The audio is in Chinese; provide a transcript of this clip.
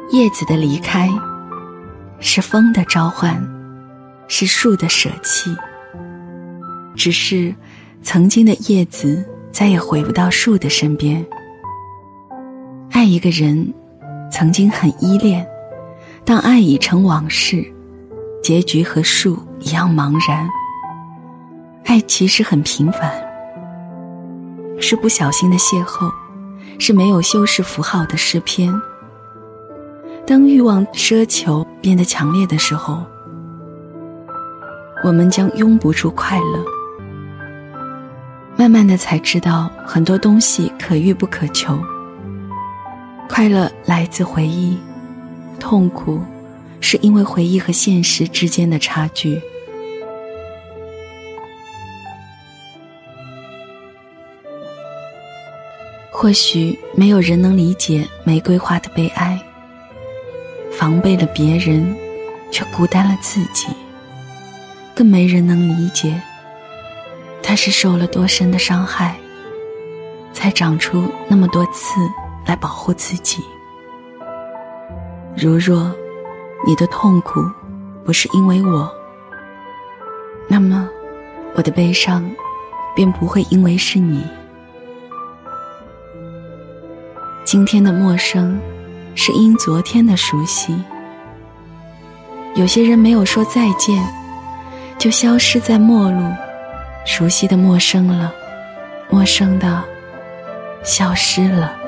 叶子的离开，是风的召唤，是树的舍弃。只是曾经的叶子再也回不到树的身边。爱一个人，曾经很依恋，当爱已成往事，结局和树一样茫然。爱其实很平凡，是不小心的邂逅，是没有修饰符号的诗篇。当欲望奢求变得强烈的时候，我们将拥不住快乐。慢慢的才知道，很多东西可遇不可求。快乐来自回忆，痛苦是因为回忆和现实之间的差距。或许没有人能理解玫瑰花的悲哀，防备了别人，却孤单了自己。更没人能理解，他是受了多深的伤害，才长出那么多刺来保护自己。如若你的痛苦不是因为我，那么我的悲伤便不会因为是你。今天的陌生是因昨天的熟悉。有些人没有说再见，就消失在陌路，熟悉的陌生了，陌生的消失了。